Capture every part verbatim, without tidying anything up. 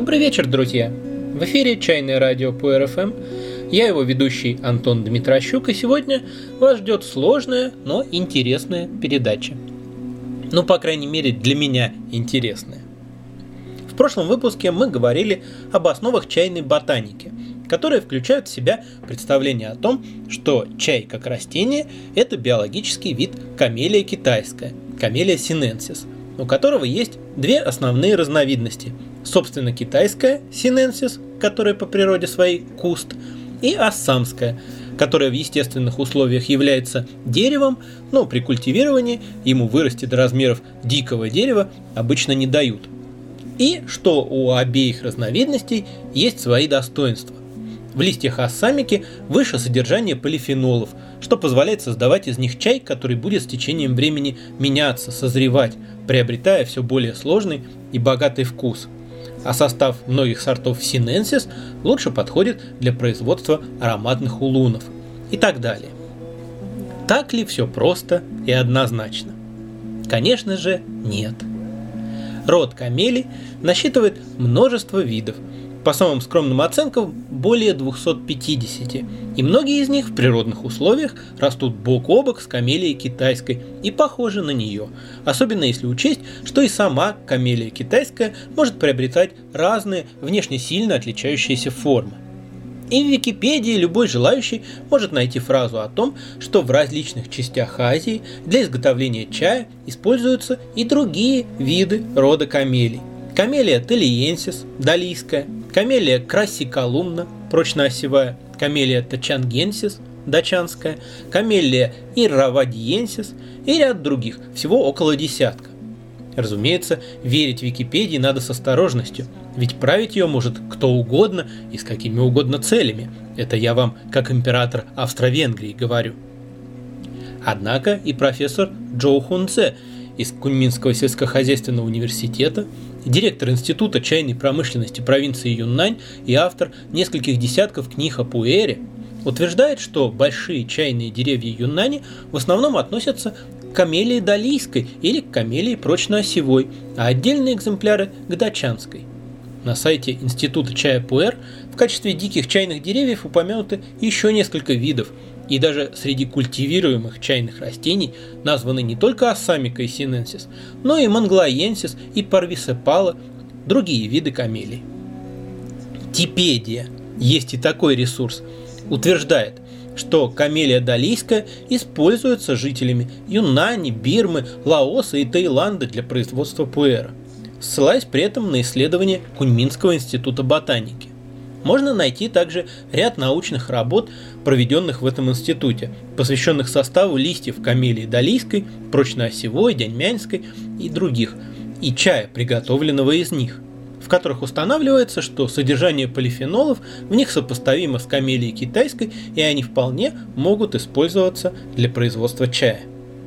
Добрый вечер, друзья! В эфире Чайное радио Пуэр эф эм. Я его ведущий Антон Дмитрощук, и сегодня вас ждет сложная, но интересная передача. Ну, по крайней мере, для меня интересная. В прошлом выпуске мы говорили об основах чайной ботаники, которые включают в себя представление о том, что чай как растение – это биологический вид камелия китайская, камелия синенсис, у которого есть две основные разновидности. Собственно, китайская синенсис, которая по природе своей куст, и ассамская, которая в естественных условиях является деревом, но при культивировании ему вырасти до размеров дикого дерева обычно не дают. И что у обеих разновидностей есть свои достоинства. В листьях ассамики выше содержание полифенолов, что позволяет создавать из них чай, который будет с течением времени меняться, созревать, приобретая все более сложный и богатый вкус. А состав многих сортов синенсис лучше подходит для производства ароматных улунов и так далее. Так ли все просто и однозначно? Конечно же, нет. Род камелий насчитывает множество видов, по самым скромным оценкам более двести пятьдесят, и многие из них в природных условиях растут бок о бок с камелией китайской и похожи на нее, особенно если учесть, что и сама камелия китайская может приобретать разные, внешне сильно отличающиеся формы. И в Википедии любой желающий может найти фразу о том, что в различных частях Азии для изготовления чая используются и другие виды рода камелий. Камелия талиенсис, далийская, камелия крассиколумна, прочно-осевая, камелия тачангенсис, дачанская, камелия ирравадиенсис и ряд других, всего около десятка. Разумеется, верить Википедии надо с осторожностью, ведь править ее может кто угодно и с какими угодно целями. Это я вам, как император Австро-Венгрии, говорю. Однако и профессор Джоу Хунце из Куньминского сельскохозяйственного университета, директор Института чайной промышленности провинции Юннань и автор нескольких десятков книг о пуэре, утверждает, что большие чайные деревья Юннани в основном относятся к камелии далийской или к камелии прочно-осевой, а отдельные экземпляры к дачанской. На сайте Института чая Пуэр в качестве диких чайных деревьев упомянуты еще несколько видов, и даже среди культивируемых чайных растений названы не только ассамика и синенсис, но и манглаенсис и парвисепала, другие виды камелий. Типедия, есть и такой ресурс, утверждает, что камелия далийская используется жителями Юннани, Бирмы, Лаоса и Таиланда для производства пуэра, ссылаясь при этом на исследования Куньминского института ботаники. Можно найти также ряд научных работ, проведенных в этом институте, посвященных составу листьев камелии далийской, прочно-осевой, дяньмянской и других, и чая, приготовленного из них, в которых устанавливается, что содержание полифенолов в них сопоставимо с камелией китайской, и они вполне могут использоваться для производства чая.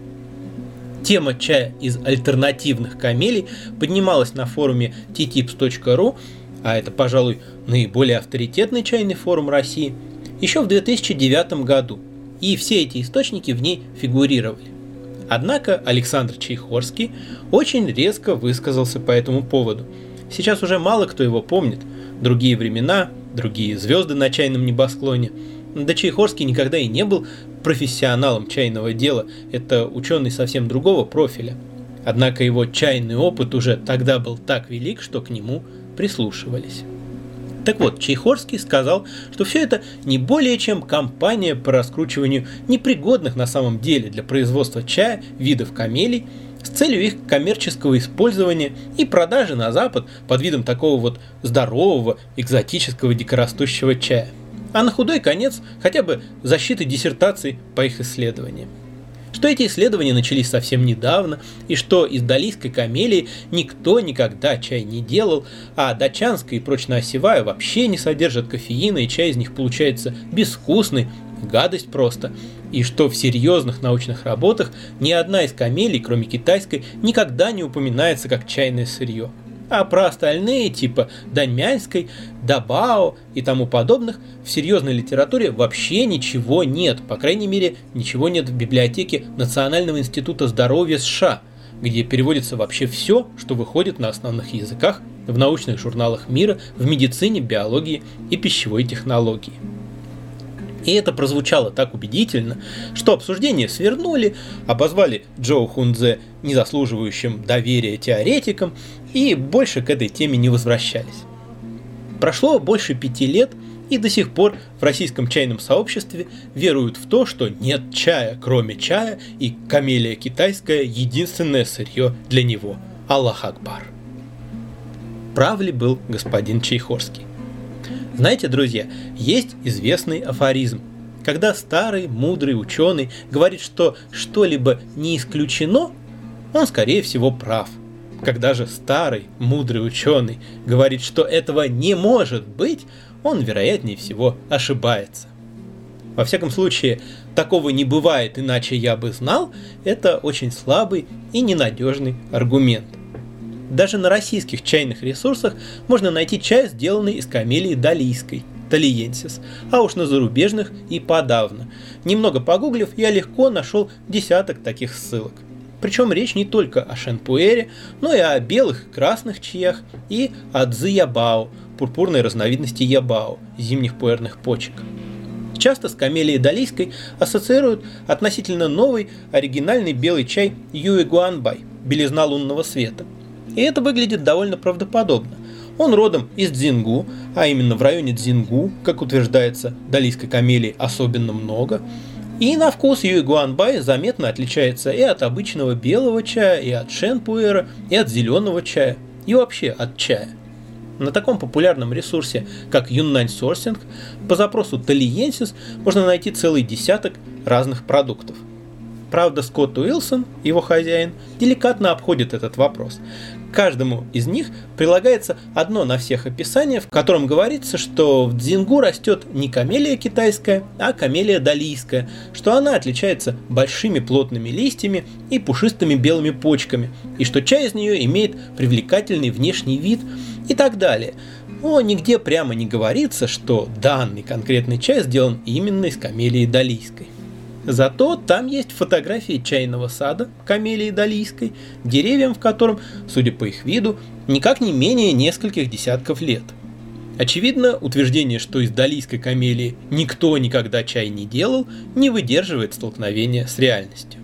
Тема чая из альтернативных камелий поднималась на форуме ти типс точка ру, а это, пожалуй, наиболее авторитетный чайный форум России, еще в две тысячи девятом году, и все эти источники в ней фигурировали. Однако Александр Чайхорский очень резко высказался по этому поводу. Сейчас уже мало кто его помнит, другие времена, другие звезды на чайном небосклоне. Да Чайхорский никогда и не был профессионалом чайного дела, это ученый совсем другого профиля. Однако его чайный опыт уже тогда был так велик, что к нему прислушивались. Так вот, Чайхорский сказал, что все это не более чем кампания по раскручиванию непригодных на самом деле для производства чая видов камелий с целью их коммерческого использования и продажи на Запад под видом такого вот здорового, экзотического дикорастущего чая. А на худой конец хотя бы защиты диссертаций по их исследованиям. Что эти исследования начались совсем недавно, и что из далийской камелии никто никогда чай не делал, а дачанская и прочно-осевая вообще не содержат кофеина, и чай из них получается безвкусный, гадость просто, и что в серьезных научных работах ни одна из камелий, кроме китайской, никогда не упоминается как чайное сырье. А про остальные, типа даньмянской, дабао и тому подобных, в серьезной литературе вообще ничего нет. По крайней мере, ничего нет в библиотеке Национального института здоровья США, где переводится вообще все, что выходит на основных языках в научных журналах мира в медицине, биологии и пищевой технологии. И это прозвучало так убедительно, что обсуждение свернули, обозвали Джоу Хунзе незаслуживающим доверия теоретиком и больше к этой теме не возвращались. Прошло больше пяти лет, и до сих пор в российском чайном сообществе веруют в то, что нет чая, кроме чая, и камелия китайская – единственное сырье для него. Аллах Акбар. Прав ли был господин Чайхорский? Знаете, друзья, есть известный афоризм. Когда старый, мудрый ученый говорит, что что-либо не исключено, он, скорее всего, прав. Когда же старый, мудрый ученый говорит, что этого не может быть, он, вероятнее всего, ошибается. Во всяком случае, такого не бывает, иначе я бы знал, это очень слабый и ненадежный аргумент. Даже на российских чайных ресурсах можно найти чай, сделанный из камелии далийской, талиенсис, а уж на зарубежных и подавно. Немного погуглив, я легко нашел десяток таких ссылок. Причем речь не только о шенпуэре, но и о белых и красных чаях и о цзы-ябао, пурпурной разновидности ябао, зимних пуэрных почек. Часто с камелией далийской ассоциируют относительно новый оригинальный белый чай Юэ Гуанбай, белизна лунного света. И это выглядит довольно правдоподобно. Он родом из Цзингу, а именно в районе Цзингу, как утверждается, далийской камелии особенно много. И на вкус Юэ Гуанбай заметно отличается и от обычного белого чая, и от шенпуэра, и от зеленого чая, и вообще от чая. На таком популярном ресурсе, как Юннань Sourcing, по запросу талиенсис можно найти целый десяток разных продуктов. Правда, Скотт Уилсон, его хозяин, деликатно обходит этот вопрос. К каждому из них прилагается одно на всех описание, в котором говорится, что в Цзингу растет не камелия китайская, а камелия далийская, что она отличается большими плотными листьями и пушистыми белыми почками, и что чай из нее имеет привлекательный внешний вид и так далее. Но нигде прямо не говорится, что данный конкретный чай сделан именно из камелии далийской. Зато там есть фотографии чайного сада камелии далийской, деревьям в котором, судя по их виду, никак не менее нескольких десятков лет. Очевидно, утверждение, что из далийской камелии никто никогда чай не делал, не выдерживает столкновения с реальностью.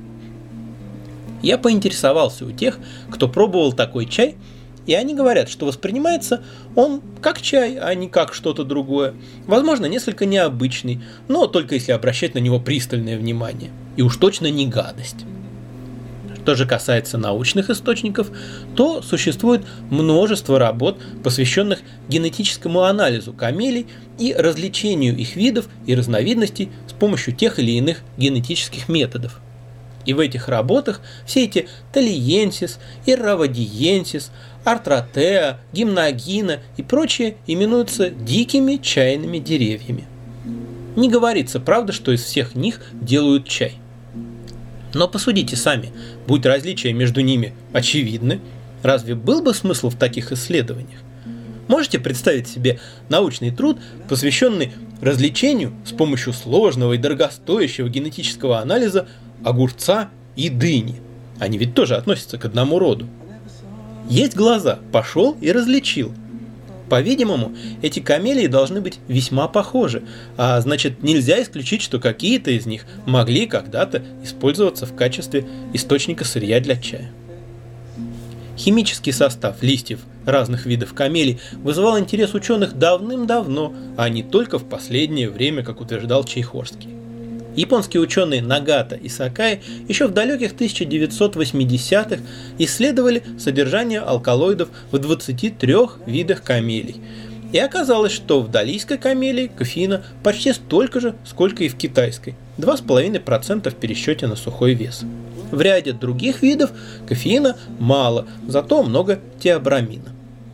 Я поинтересовался у тех, кто пробовал такой чай, и они говорят, что воспринимается он как чай, а не как что-то другое. Возможно, несколько необычный, но только если обращать на него пристальное внимание. И уж точно не гадость. Что же касается научных источников, то существует множество работ, посвященных генетическому анализу камелий и различению их видов и разновидностей с помощью тех или иных генетических методов. И в этих работах все эти талиенсис, ирравадиенсис, артротеа, гимногина и прочие именуются дикими чайными деревьями. Не говорится, правда, что из всех них делают чай. Но посудите сами, будь различия между ними очевидны, разве был бы смысл в таких исследованиях? Можете представить себе научный труд, посвященный различению с помощью сложного и дорогостоящего генетического анализа огурца и дыни? Они ведь тоже относятся к одному роду. Есть глаза, пошел и различил. По-видимому, эти камелии должны быть весьма похожи, а значит, нельзя исключить, что какие-то из них могли когда-то использоваться в качестве источника сырья для чая. Химический состав листьев разных видов камелий вызывал интерес ученых давным-давно, а не только в последнее время, как утверждал Чайхорский. Японские ученые Нагата и Сакай еще в далеких тысяча девятьсот восьмидесятых исследовали содержание алкалоидов в двадцати трёх видах камелий. И оказалось, что в далийской камелии кофеина почти столько же, сколько и в китайской – два с половиной процента в пересчете на сухой вес. В ряде других видов кофеина мало, зато много теобрамина.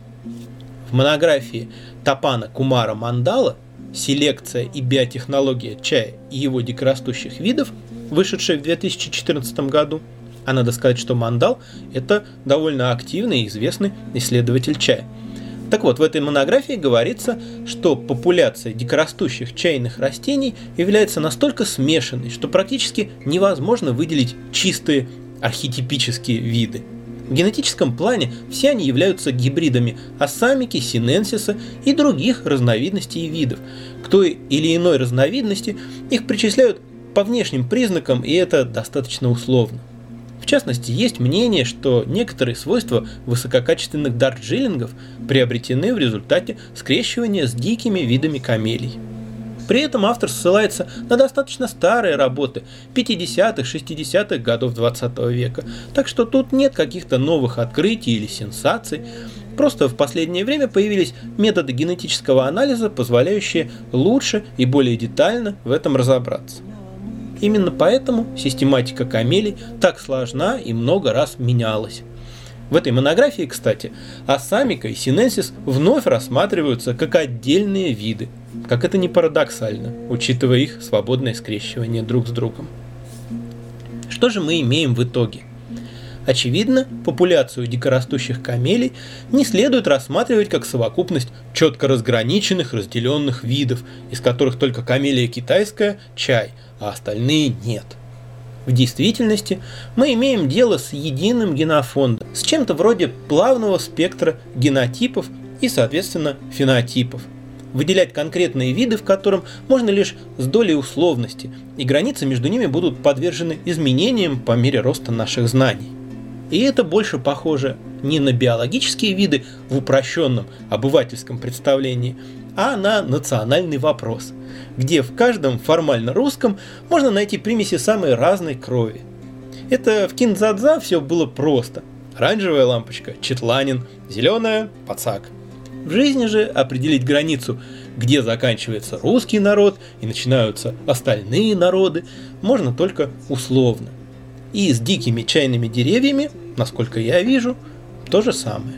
В монографии Тапана Кумара Мандала «Селекция и биотехнология чая и его дикорастущих видов», вышедшей в две тысячи четырнадцатом году, а надо сказать, что Мандал – это довольно активный и известный исследователь чая. Так вот, в этой монографии говорится, что популяция дикорастущих чайных растений является настолько смешанной, что практически невозможно выделить чистые архетипические виды. В генетическом плане все они являются гибридами осамики, синенсиса и других разновидностей и видов. К той или иной разновидности их причисляют по внешним признакам, и это достаточно условно. В частности, есть мнение, что некоторые свойства высококачественных дарджилингов приобретены в результате скрещивания с дикими видами камелий. При этом автор ссылается на достаточно старые работы пятидесятых-шестидесятых годов двадцатого века, так что тут нет каких-то новых открытий или сенсаций. Просто в последнее время появились методы генетического анализа, позволяющие лучше и более детально в этом разобраться. Именно поэтому систематика камелий так сложна и много раз менялась. В этой монографии, кстати, осамика и синенсис вновь рассматриваются как отдельные виды, как это ни парадоксально, учитывая их свободное скрещивание друг с другом. Что же мы имеем в итоге? Очевидно, популяцию дикорастущих камелий не следует рассматривать как совокупность четко разграниченных, разделенных видов, из которых только камелия китайская – чай, а остальные нет. В действительности мы имеем дело с единым генофондом, с чем-то вроде плавного спектра генотипов и, соответственно, фенотипов. Выделять конкретные виды, в котором можно лишь с долей условности, и границы между ними будут подвержены изменениям по мере роста наших знаний. И это больше похоже не на биологические виды в упрощенном обывательском представлении, а на национальный вопрос, где в каждом формально русском можно найти примеси самой разной крови. Это в Киндзадза все было просто. Оранжевая лампочка – Четланин, зеленая – Пацак. В жизни же определить границу, где заканчивается русский народ и начинаются остальные народы, можно только условно. И с дикими чайными деревьями, насколько я вижу, то же самое.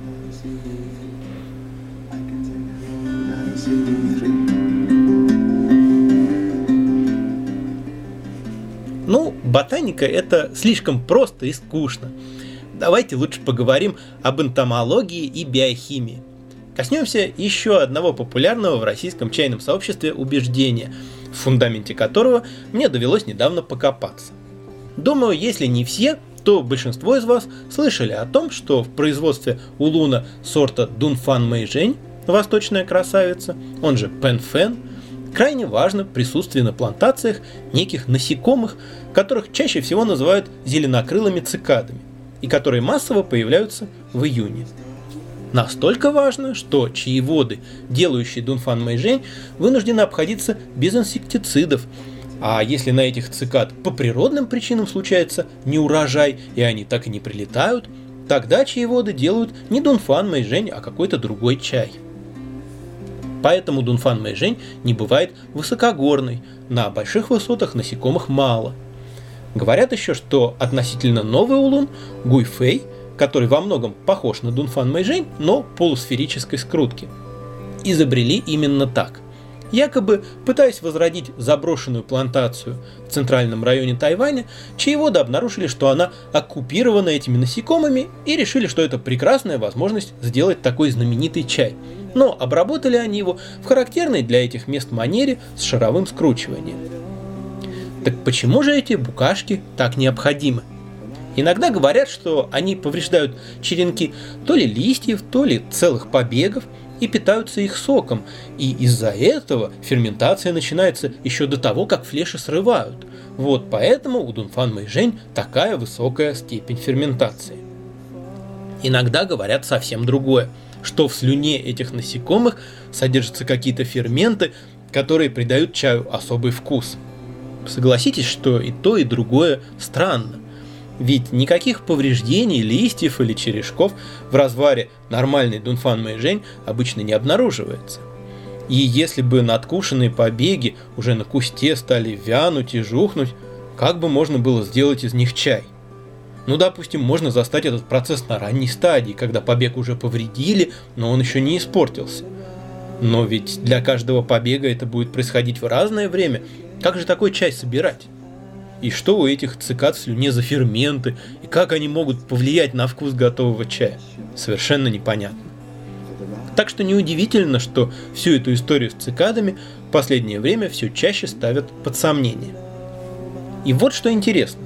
Ну, ботаника – это слишком просто и скучно. Давайте лучше поговорим об энтомологии и биохимии. Коснемся еще одного популярного в российском чайном сообществе убеждения, в фундаменте которого мне довелось недавно покопаться. Думаю, если не все, то большинство из вас слышали о том, что в производстве улуна сорта Дунфан Мэйжэнь, восточная красавица, он же Пэнфэн, крайне важно присутствие на плантациях неких насекомых, которых чаще всего называют зеленокрылыми цикадами, и которые массово появляются в июне. Настолько важно, что чаеводы, делающие Дунфан Мэйжэнь, вынуждены обходиться без инсектицидов, а если на этих цикад по природным причинам случается неурожай, и они так и не прилетают, тогда чаеводы делают не Дунфан Мэйжэнь, а какой-то другой чай. Поэтому Дунфан Мэйжэнь не бывает высокогорной, на больших высотах насекомых мало. Говорят еще, что относительно новый улун, Гуйфэй, который во многом похож на Дунфан Мэйжэнь, но полусферической скрутки, изобрели именно так. Якобы, пытаясь возродить заброшенную плантацию в центральном районе Тайваня, чаеводы обнаружили, что она оккупирована этими насекомыми, и решили, что это прекрасная возможность сделать такой знаменитый чай. Но обработали они его в характерной для этих мест манере с шаровым скручиванием. Так почему же эти букашки так необходимы? Иногда говорят, что они повреждают черенки то ли листьев, то ли целых побегов, и питаются их соком, и из-за этого ферментация начинается еще до того, как флеши срывают. Вот поэтому у Дунфан Мэйжэнь такая высокая степень ферментации. Иногда говорят совсем другое, что в слюне этих насекомых содержатся какие-то ферменты, которые придают чаю особый вкус. Согласитесь, что и то, и другое странно. Ведь никаких повреждений листьев или черешков в разваре нормальной Дунфан Мэйжэнь обычно не обнаруживается. И если бы надкушенные побеги уже на кусте стали вянуть и жухнуть, как бы можно было сделать из них чай? Ну, допустим, можно застать этот процесс на ранней стадии, когда побег уже повредили, но он еще не испортился. Но ведь для каждого побега это будет происходить в разное время. Как же такой чай собирать? И что у этих цикад в слюне за ферменты, и как они могут повлиять на вкус готового чая? Совершенно непонятно. Так что неудивительно, что всю эту историю с цикадами в последнее время все чаще ставят под сомнение. И вот что интересно.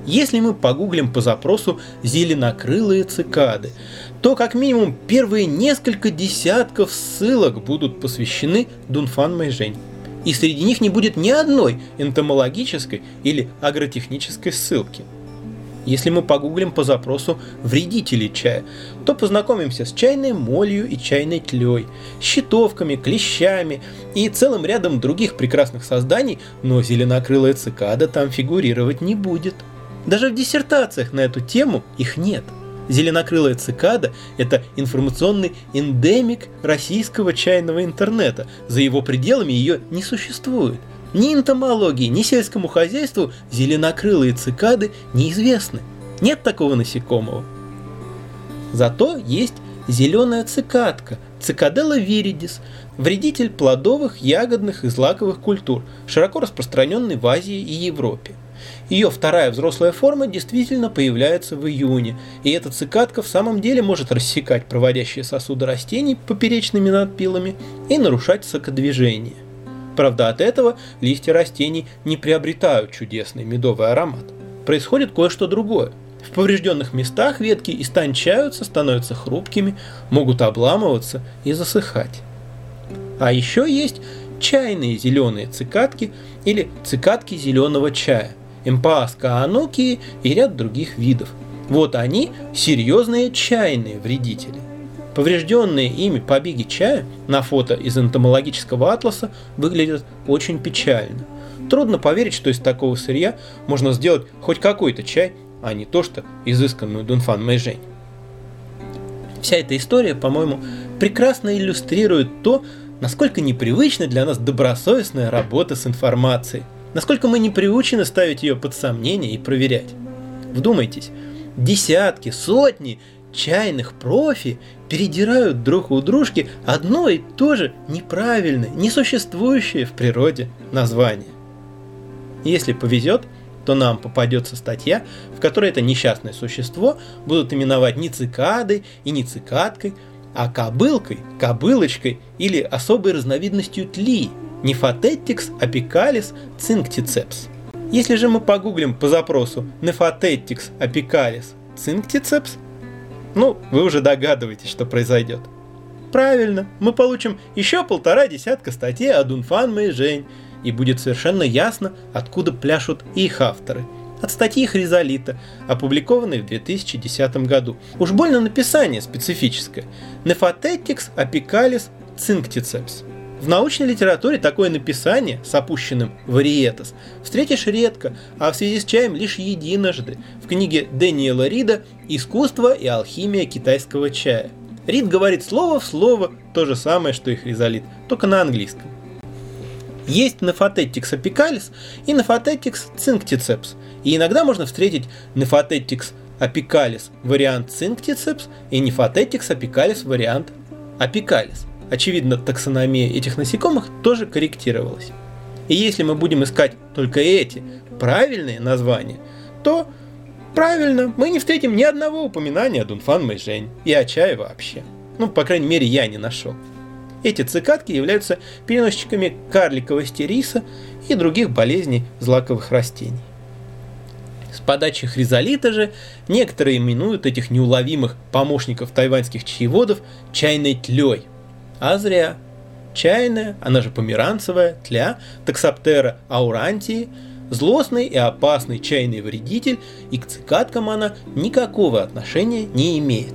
Если мы погуглим по запросу «зеленокрылые цикады», то как минимум первые несколько десятков ссылок будут посвящены Дунфан Мэйжэнь. И среди них не будет ни одной энтомологической или агротехнической ссылки. Если мы погуглим по запросу «вредители чая», то познакомимся с чайной молью и чайной тлей, щитовками, клещами и целым рядом других прекрасных созданий, но зеленокрылая цикада там фигурировать не будет. Даже в диссертациях на эту тему их нет. Зеленокрылая цикада – это информационный эндемик российского чайного интернета. За его пределами ее не существует. Ни энтомологии, ни сельскому хозяйству зеленокрылые цикады неизвестны. Нет такого насекомого. Зато есть зеленая цикадка, цикаделла виридис, вредитель плодовых, ягодных и злаковых культур, широко распространенный в Азии и Европе. Ее вторая взрослая форма действительно появляется в июне, и эта цикадка в самом деле может рассекать проводящие сосуды растений поперечными надпилами и нарушать сокодвижение. Правда, от этого листья растений не приобретают чудесный медовый аромат. Происходит кое-что другое. В поврежденных местах ветки истончаются, становятся хрупкими, могут обламываться и засыхать. А еще есть чайные зеленые цикадки или цикадки зеленого чая, Эмпаас каанукии и ряд других видов. Вот они серьезные чайные вредители. Поврежденные ими побеги чая на фото из энтомологического атласа выглядят очень печально. Трудно поверить, что из такого сырья можно сделать хоть какой-то чай, а не то, что изысканную Дунфан Мэйжэнь. Вся эта история, по-моему, прекрасно иллюстрирует то, насколько непривычна для нас добросовестная работа с информацией, насколько мы не приучены ставить ее под сомнение и проверять. Вдумайтесь, десятки, сотни чайных профи передирают друг у дружки одно и то же неправильное, несуществующее в природе название. Если повезет, то нам попадется статья, в которой это несчастное существо будут именовать не цикадой и не цикадкой, а кобылкой, кобылочкой или особой разновидностью тли – Nymphatetrix apicalis cincticeps. Если же мы погуглим по запросу Nymphatetrix apicalis cincticeps, ну, вы уже догадываетесь, что произойдет. Правильно, мы получим еще полтора десятка статей о Дунфан Мэйжэнь, и будет совершенно ясно, откуда пляшут их авторы. От статьи Хризолита, опубликованной в две тысячи десятом году. Уж больно написание специфическое. Nymphatetrix apicalis cincticeps. В научной литературе такое написание с опущенным вариетас встретишь редко, а в связи с чаем лишь единожды в книге Дэниела Рида «Искусство и алхимия китайского чая». Рид говорит слово в слово то же самое, что и Хризолит, только на английском. Есть Nymphatetrix apicalis и Nymphatetrix cincticeps, и иногда можно встретить Nymphatetrix apicalis вариант cincticeps и Nymphatetrix apicalis вариант apicalis. Очевидно, таксономия этих насекомых тоже корректировалась. И если мы будем искать только эти правильные названия, то правильно, мы не встретим ни одного упоминания о Дунфан Мэйжэнь и о чае вообще. Ну, по крайней мере, я не нашел. Эти цикадки являются переносчиками карликовости риса и других болезней злаковых растений. С подачи Хризолита же некоторые именуют этих неуловимых помощников тайваньских чаеводов чайной тлей. А зря. Чайная, она же померанцевая, тля, таксоптера аурантии, злостный и опасный чайный вредитель, и к цикадкам она никакого отношения не имеет.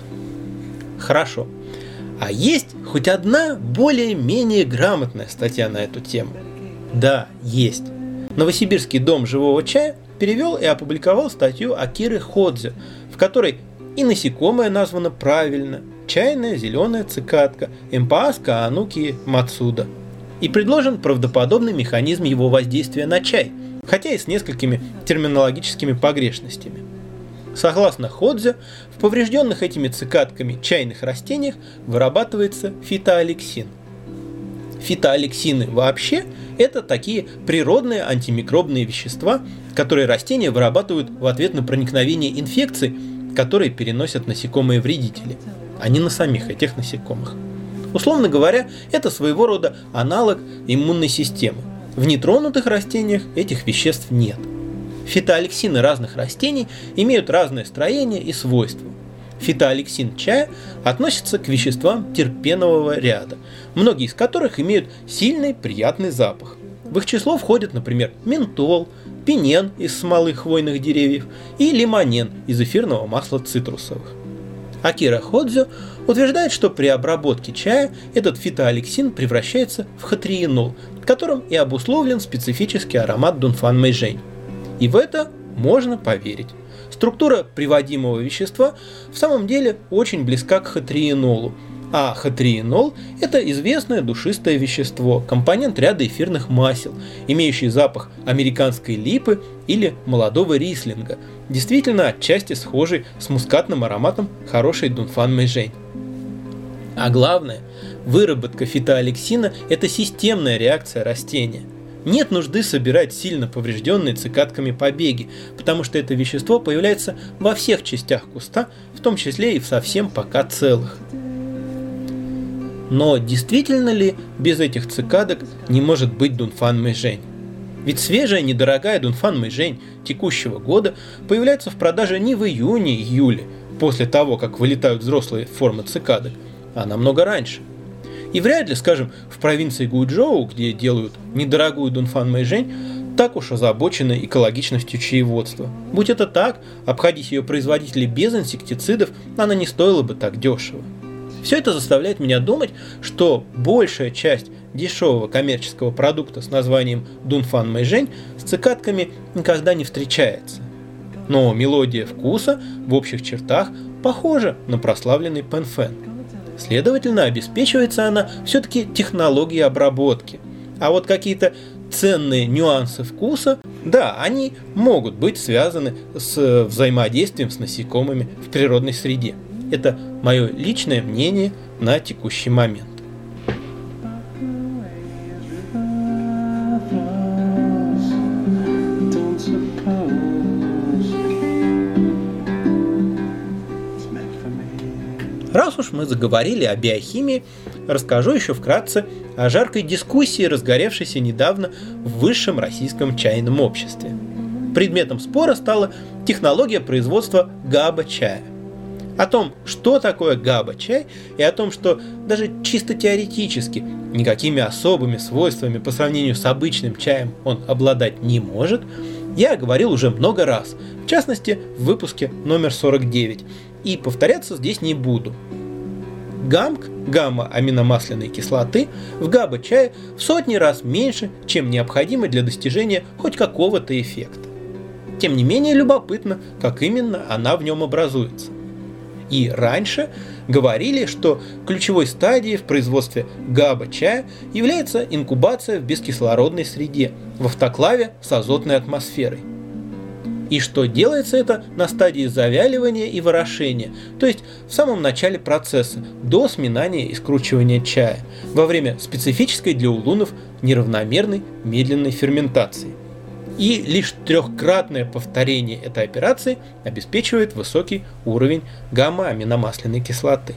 Хорошо. А есть хоть одна более-менее грамотная статья на эту тему? Да, есть. Новосибирский дом живого чая перевел и опубликовал статью Акиры Ходзе, в которой и насекомое названо правильно – чайная зеленая цикадка Эмпаас каанукии мацуда. И предложен правдоподобный механизм его воздействия на чай, хотя и с несколькими терминологическими погрешностями. Согласно Ходзе, в поврежденных этими цикадками чайных растениях вырабатывается фитоалексин. Фитоалексины вообще – это такие природные антимикробные вещества, которые растения вырабатывают в ответ на проникновение инфекций, которые переносят насекомые-вредители, а не на самих этих насекомых. Условно говоря, это своего рода аналог иммунной системы. В нетронутых растениях этих веществ нет. Фитоалексины разных растений имеют разное строение и свойства. Фитоалексин чая относится к веществам терпенового ряда, многие из которых имеют сильный приятный запах. В их число входят, например, ментол, пинен из смолы хвойных деревьев и лимонен из эфирного масла цитрусовых. Акира Ходзё утверждает, что при обработке чая этот фитоалексин превращается в хатриенол, которым и обусловлен специфический аромат Дунфан Мэйжэнь. И в это можно поверить. Структура приводимого вещества в самом деле очень близка к хатриенолу, а хатриенол – это известное душистое вещество, компонент ряда эфирных масел, имеющий запах американской липы или молодого рислинга, действительно отчасти схожий с мускатным ароматом хорошей Дунфан Мэйжэнь. А главное, выработка фитоалексина – это системная реакция растения. Нет нужды собирать сильно поврежденные цикадками побеги, потому что это вещество появляется во всех частях куста, в том числе и в совсем пока целых. Но действительно ли без этих цикадок не может быть Дунфан Мэйжэнь? Ведь свежая недорогая Дунфан Мэйжэнь текущего года появляется в продаже не в июне-июле, после того, как вылетают взрослые формы цикадок, а намного раньше. И вряд ли, скажем, в провинции Гуйчжоу, где делают недорогую Дунфан Мэйжэнь, так уж озабочены экологичностью чаеводства. Будь это так, обходить ее производители без инсектицидов, она не стоила бы так дешево. Все это заставляет меня думать, что большая часть дешевого коммерческого продукта с названием Дунфан Мэйжэнь с цикадками никогда не встречается. Но мелодия вкуса в общих чертах похожа на прославленный Пэнфэн. Следовательно, обеспечивается она все-таки технологией обработки. А вот какие-то ценные нюансы вкуса, да, они могут быть связаны с взаимодействием с насекомыми в природной среде. Это мое личное мнение на текущий момент. Раз уж мы заговорили о биохимии, расскажу еще вкратце о жаркой дискуссии, разгоревшейся недавно в высшем российском чайном обществе. Предметом спора стала технология производства габа-чая. О том, что такое габа-чай, и о том, что даже чисто теоретически никакими особыми свойствами по сравнению с обычным чаем он обладать не может, я говорил уже много раз, в частности в выпуске номер сорок девять, и повторяться здесь не буду. ГАМК, гамма-аминомасляной кислоты, в габа-чае в сотни раз меньше, чем необходимо для достижения хоть какого-то эффекта. Тем не менее любопытно, как именно она в нем образуется. И раньше говорили, что ключевой стадией в производстве габа-чая является инкубация в бескислородной среде, в автоклаве с азотной атмосферой. И что делается это на стадии завяливания и ворошения, то есть в самом начале процесса, до сминания и скручивания чая, во время специфической для улунов неравномерной медленной ферментации. И лишь трехкратное повторение этой операции обеспечивает высокий уровень гамма-аминомасляной кислоты.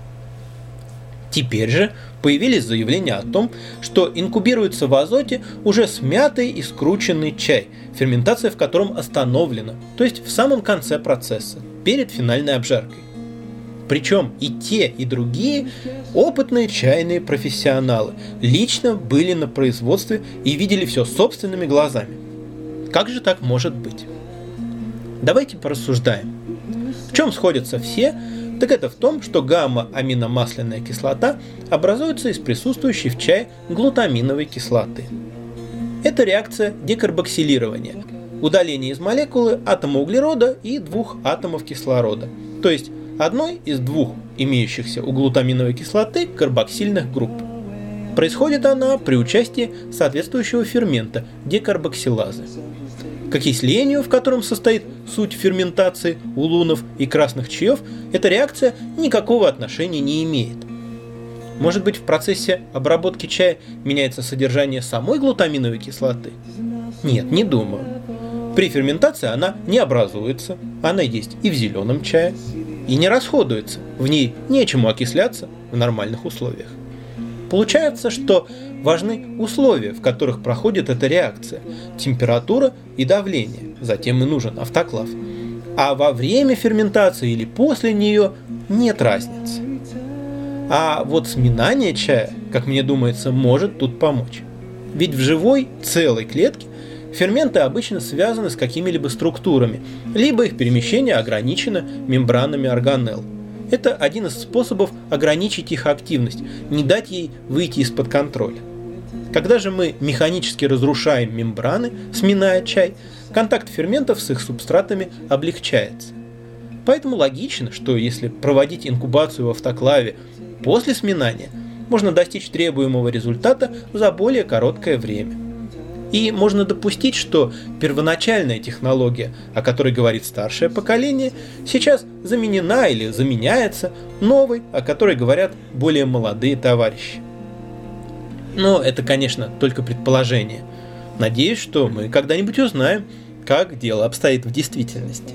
Теперь же появились заявления о том, что инкубируется в азоте уже смятый и скрученный чай, ферментация в котором остановлена, то есть в самом конце процесса, перед финальной обжаркой. Причем и те, и другие опытные чайные профессионалы лично были на производстве и видели все собственными глазами. Как же так может быть? Давайте порассуждаем. В чем сходятся все, так это в том, что гамма-аминомасляная кислота образуется из присутствующей в чае глутаминовой кислоты. Это реакция декарбоксилирования, удаление из молекулы атома углерода и двух атомов кислорода, то есть одной из двух имеющихся у глутаминовой кислоты карбоксильных групп. Происходит она при участии соответствующего фермента декарбоксилазы. К окислению, в котором состоит суть ферментации улунов и красных чаев, эта реакция никакого отношения не имеет. Может быть, в процессе обработки чая меняется содержание самой глутаминовой кислоты? Нет, не думаю. При ферментации она не образуется, она есть и в зеленом чае, и не расходуется, в ней нечему окисляться в нормальных условиях. Получается, что важны условия, в которых проходит эта реакция, температура и давление, затем и нужен автоклав. А во время ферментации или после нее нет разницы. А вот сминание чая, как мне думается, может тут помочь. Ведь в живой, целой клетке ферменты обычно связаны с какими-либо структурами, либо их перемещение ограничено мембранами органелл. Это один из способов ограничить их активность, не дать ей выйти из-под контроля. Когда же мы механически разрушаем мембраны, сминая чай, контакт ферментов с их субстратами облегчается. Поэтому логично, что если проводить инкубацию в автоклаве после сминания, можно достичь требуемого результата за более короткое время. И можно допустить, что первоначальная технология, о которой говорит старшее поколение, сейчас заменена или заменяется новой, о которой говорят более молодые товарищи. Но это, конечно, только предположение. Надеюсь, что мы когда-нибудь узнаем, как дело обстоит в действительности.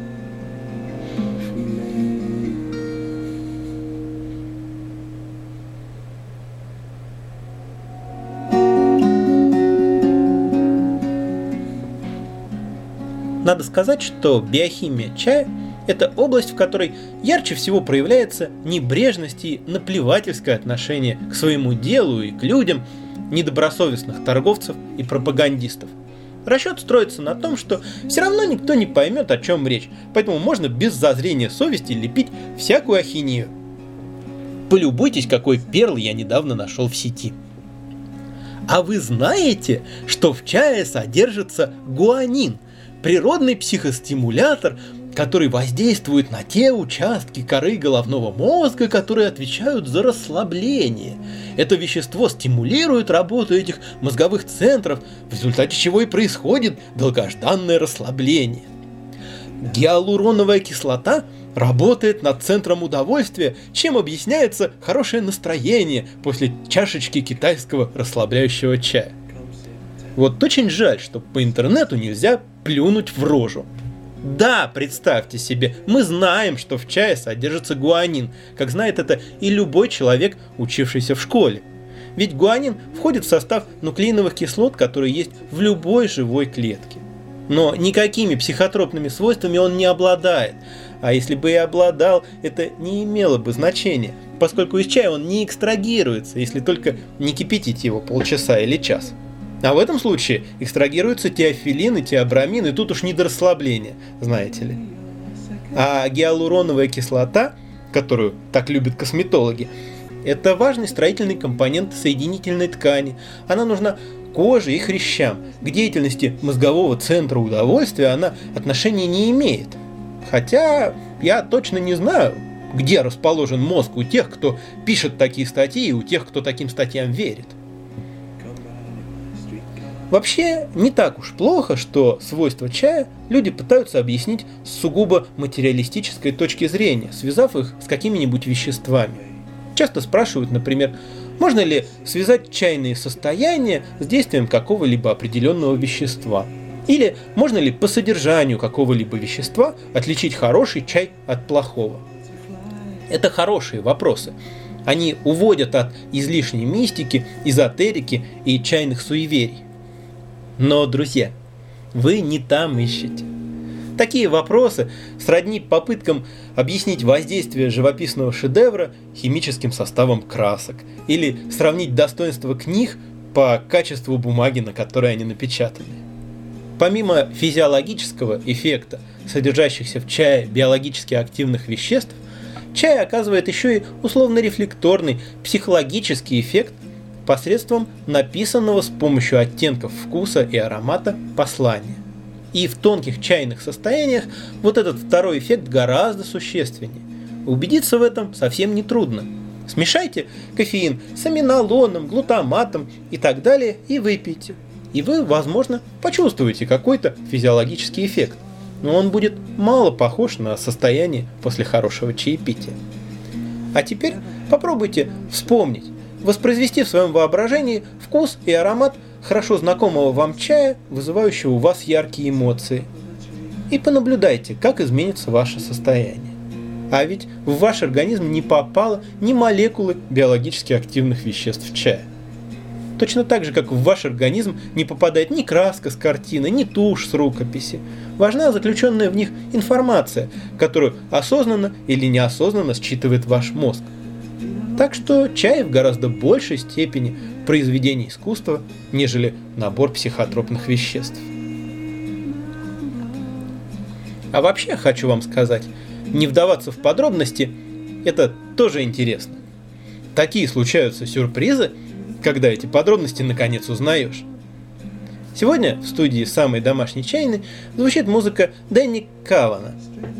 Надо сказать, что биохимия чая – это область, в которой ярче всего проявляется небрежность и наплевательское отношение к своему делу и к людям недобросовестных торговцев и пропагандистов. Расчет строится на том, что все равно никто не поймет, о чем речь, поэтому можно без зазрения совести лепить всякую ахинею. Полюбуйтесь, какой перл я недавно нашел в сети. А вы знаете, что в чае содержится гуанин – природный психостимулятор, который воздействует на те участки коры головного мозга, которые отвечают за расслабление. Это вещество стимулирует работу этих мозговых центров, в результате чего и происходит долгожданное расслабление. Гиалуроновая кислота работает над центром удовольствия, чем объясняется хорошее настроение после чашечки китайского расслабляющего чая. Вот очень жаль, что по интернету нельзя плюнуть в рожу. Да, представьте себе, мы знаем, что в чае содержится гуанин, как знает это и любой человек, учившийся в школе. Ведь гуанин входит в состав нуклеиновых кислот, которые есть в любой живой клетке. Но никакими психотропными свойствами он не обладает. А если бы и обладал, это не имело бы значения, поскольку из чая он не экстрагируется, если только не кипятить его полчаса или час. А в этом случае экстрагируются теофилин и теобрамин, и тут уж не до расслабления, знаете ли. А гиалуроновая кислота, которую так любят косметологи, это важный строительный компонент соединительной ткани. Она нужна коже и хрящам. К деятельности мозгового центра удовольствия она отношения не имеет. Хотя я точно не знаю, где расположен мозг у тех, кто пишет такие статьи, и у тех, кто таким статьям верит. Вообще, не так уж плохо, что свойства чая люди пытаются объяснить с сугубо материалистической точки зрения, связав их с какими-нибудь веществами. Часто спрашивают, например, можно ли связать чайные состояния с действием какого-либо определенного вещества? Или можно ли по содержанию какого-либо вещества отличить хороший чай от плохого? Это хорошие вопросы. Они уводят от излишней мистики, эзотерики и чайных суеверий. Но, друзья, вы не там ищете. Такие вопросы сродни попыткам объяснить воздействие живописного шедевра химическим составом красок или сравнить достоинство книг по качеству бумаги, на которой они напечатаны. Помимо физиологического эффекта, содержащихся в чае биологически активных веществ, чай оказывает еще и условно-рефлекторный психологический эффект посредством написанного с помощью оттенков вкуса и аромата послания. И в тонких чайных состояниях вот этот второй эффект гораздо существеннее. Убедиться в этом совсем не трудно. Смешайте кофеин с аминолоном, глутаматом и так далее и выпейте. И вы, возможно, почувствуете какой-то физиологический эффект. Но он будет мало похож на состояние после хорошего чаепития. А теперь попробуйте вспомнить, воспроизвести в своем воображении вкус и аромат хорошо знакомого вам чая, вызывающего у вас яркие эмоции. И понаблюдайте, как изменится ваше состояние. А ведь в ваш организм не попало ни молекулы биологически активных веществ чая. Точно так же, как в ваш организм не попадает ни краска с картины, ни тушь с рукописи. Важна заключенная в них информация, которую осознанно или неосознанно считывает ваш мозг. Так что чай в гораздо большей степени произведение искусства, нежели набор психотропных веществ. А вообще, хочу вам сказать, не вдаваться в подробности – это тоже интересно. Такие случаются сюрпризы, когда эти подробности наконец узнаешь. Сегодня в студии «Самый домашний чайный» звучит музыка Дэнни Кавана.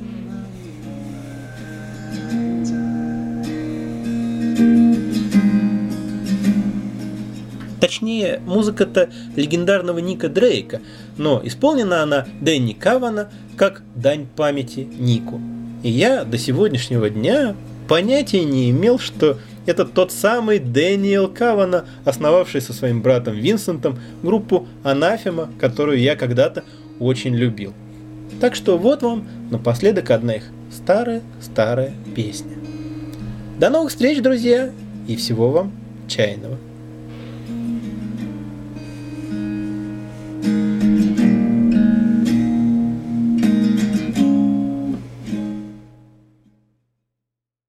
Точнее, музыка-то легендарного Ника Дрейка, но исполнена она Дэнни Кавана как дань памяти Нику. И я до сегодняшнего дня понятия не имел, что это тот самый Дэниел Кавана, основавший со своим братом Винсентом группу Анафема, которую я когда-то очень любил. Так что вот вам напоследок одна их старая-старая песня. До новых встреч, друзья, и всего вам чайного.